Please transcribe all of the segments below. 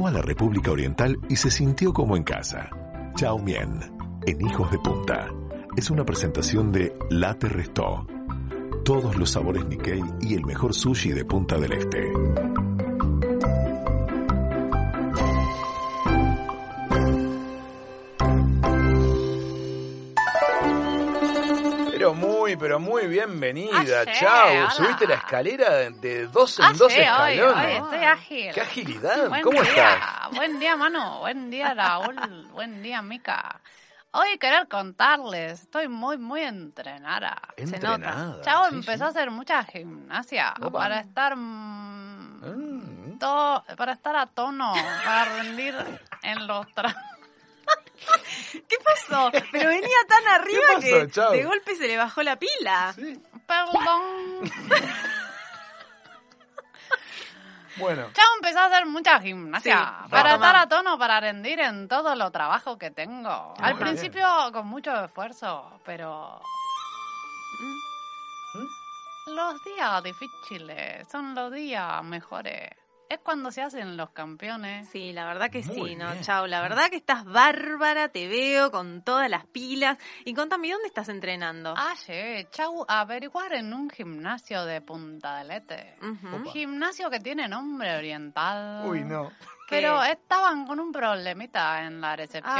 Llegó a la República Oriental y se sintió como en casa. Chow Mien, en Hijos de Punta. Es una presentación de Latte Restó. Todos los sabores Nikkei y el mejor sushi de Punta del Este. Pero muy bienvenida, Chau. Subiste la escalera de 2 en 2 escalones. Hoy estoy ágil. ¡Qué agilidad! Buen ¿Cómo día. estás? Buen día, Manu. Buen día, Raúl. Buen día, Mica. Hoy querer contarles, estoy muy entrenada. Entrenada. Se nota. Chau Sí, empezó a hacer mucha gimnasia Opa. para estar para estar a tono, para rendir en los ¿Qué pasó? Pero venía tan arriba pasó, que Chau? de golpe se le bajó la pila. Sí. Perdón. Bueno, Chau empezó a hacer mucha gimnasia Sí, para toma. estar a tono, para rendir en todo lo trabajo que tengo. Al Muy principio con mucho esfuerzo, pero los días difíciles son los días mejores. Es cuando se hacen los campeones. Sí, la verdad que Muy sí, ¿no? bien. Chau, la verdad que estás bárbara, te veo con todas las pilas. Y contame, ¿dónde estás entrenando? Sí, Chau, averiguar en un gimnasio de Punta del Este. Ujú. Un gimnasio que tiene nombre oriental. uy, no. Pero ¿Qué? estaban con un problemita en la recepción.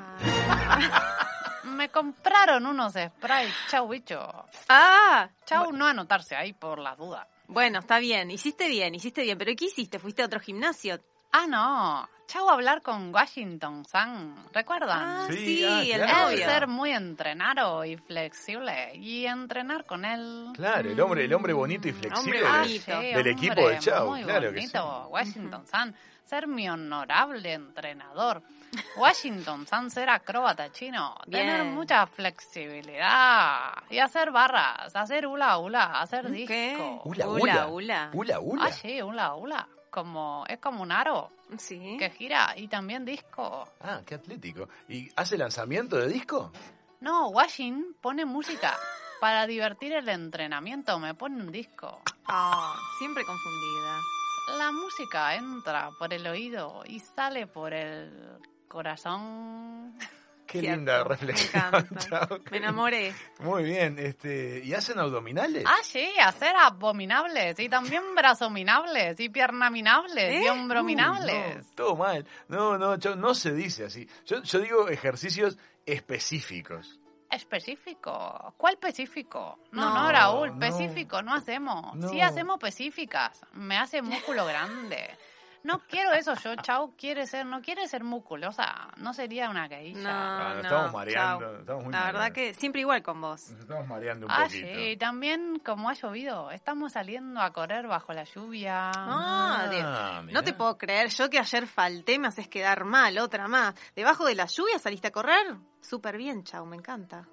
Ah. Me compraron unos sprays, chau bicho. Ah, Chau, no anotarse ahí por las dudas. bueno, está bien, hiciste bien. ¿Pero qué hiciste? ¿Fuiste a otro gimnasio? No. Chau, hablar con Washington San. ¿Recuerdan? Ah, Sí, sí, el claro. Él novio. ser muy entrenado y flexible. Y entrenar con él. Claro, el hombre bonito y flexible Hombre Ah, bonito. sí, del equipo hombre de Chau, muy claro que bonito, sí. Washington San. Ser mi honorable entrenador. Washington San ser acróbata chino. Bien. Tener mucha flexibilidad. Y hacer barras, hacer hula, hacer ¿Qué? disco. Hula, Hula, hula. hula. Hula, hula. Sí, hula. Es como un aro Sí. que gira y también disco. Ah, qué atlético. ¿Y hace lanzamiento de disco? No, Washington pone música. Para divertir el entrenamiento me pone un disco. Ah, siempre confundida. La música entra por el oído y sale por el corazón. Qué Cierto, linda me reflexión, encanta. Chau. Me enamoré. Muy bien, ¿y hacen abdominales? Sí, hacer abominables y también brazominables y piernaminables y hombrominables. No, todo mal. No, Chau, no se dice así. Yo digo ejercicios específicos. Específico. ¿Cuál específico? No, No, Raúl, no. específico no hacemos. No. Sí hacemos específicas. Me hace músculo grande. No quiero eso yo, Chau, no quiere ser musculosa. No sería una geisha. Nos No, estamos mareando. chau. Estamos muy La verdad mareados. que siempre igual con vos. Nos estamos mareando un poquito. Sí, también como ha llovido, estamos saliendo a correr bajo la lluvia. Ah, mirá. no te puedo creer. Yo que ayer falté me haces quedar mal, otra más. ¿Debajo de la lluvia saliste a correr? Súper bien, Chau, me encanta.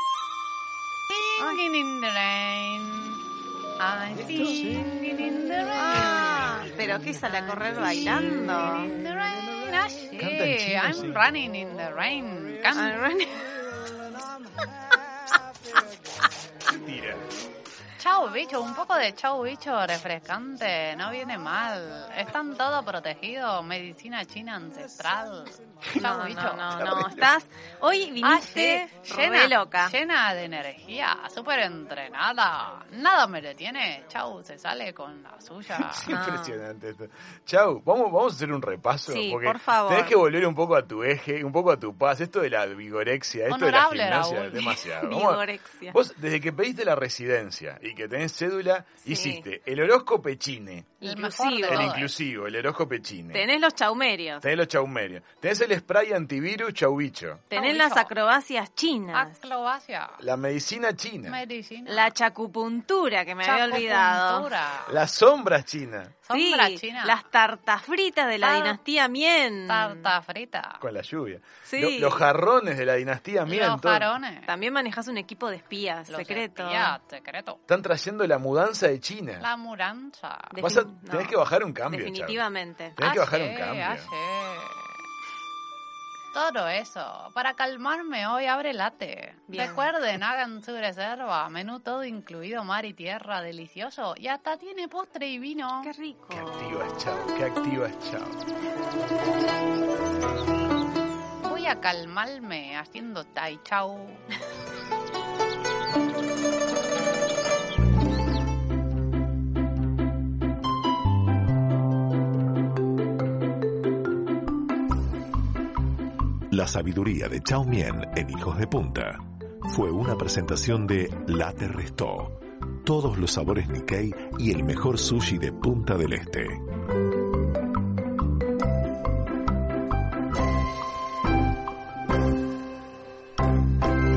Singing in the rain. I'm singing in the rain. Ah, pero ¿qué sale a correr bailando? In the rain. Sí, Canta en chino, I'm sí. running in the rain. Tira. Chau bicho, un poco de chau bicho refrescante, no viene mal. Están todos protegidos, medicina china ancestral. Chau No, bicho. no, estás... Hoy viniste re loca. Llena de energía, súper entrenada. Nada me detiene. Chau, se sale con la suya. Es impresionante esto. Chau, vamos a hacer un repaso. Sí, porque por favor. tenés que volver un poco a tu eje, un poco a tu paz. Esto de la vigorexia, esto Honorable, de la gimnasia, Raúl. es demasiado. Vigorexia. Vos, desde que pediste la residencia y que tenés cédula, Sí. hiciste el horóscope chine, El mejor de Inclusivo. el todo. inclusivo, el horóscope chine. Tenés los chaumerios. Tenés los chaumerios. Tenés el spray antivirus chaubicho. Tenés Chau, las bicho. acrobacias chinas. Acrobacia. La medicina china. Medicina. La chacupuntura, que me había olvidado. Chacupuntura. Las sombras chinas. Sombra Sí, china. las tartas fritas de la Tar- dinastía Mien. Tarta frita. Con la lluvia. Sí. Los jarrones de la dinastía Mien. Los todo. jarones. También manejás un equipo de espías, Los secreto. espías, secreto. Están trayendo la mudanza de China. La muranza. Tenés que bajar un cambio, Chau. Definitivamente. Tenés que bajar un sí, cambio. sí. Todo eso. Para calmarme hoy abre Late. Bien. Recuerden, hagan su reserva. Menú todo incluido, mar y tierra, delicioso. Y hasta tiene postre y vino. Qué rico. Qué activa es Chau, qué activa es Chau. Voy a calmarme haciendo tai chau. La sabiduría de Chau Mien en Hijos de Punta fue una presentación de Late Restó. Todos los sabores Nikkei y el mejor sushi de Punta del Este.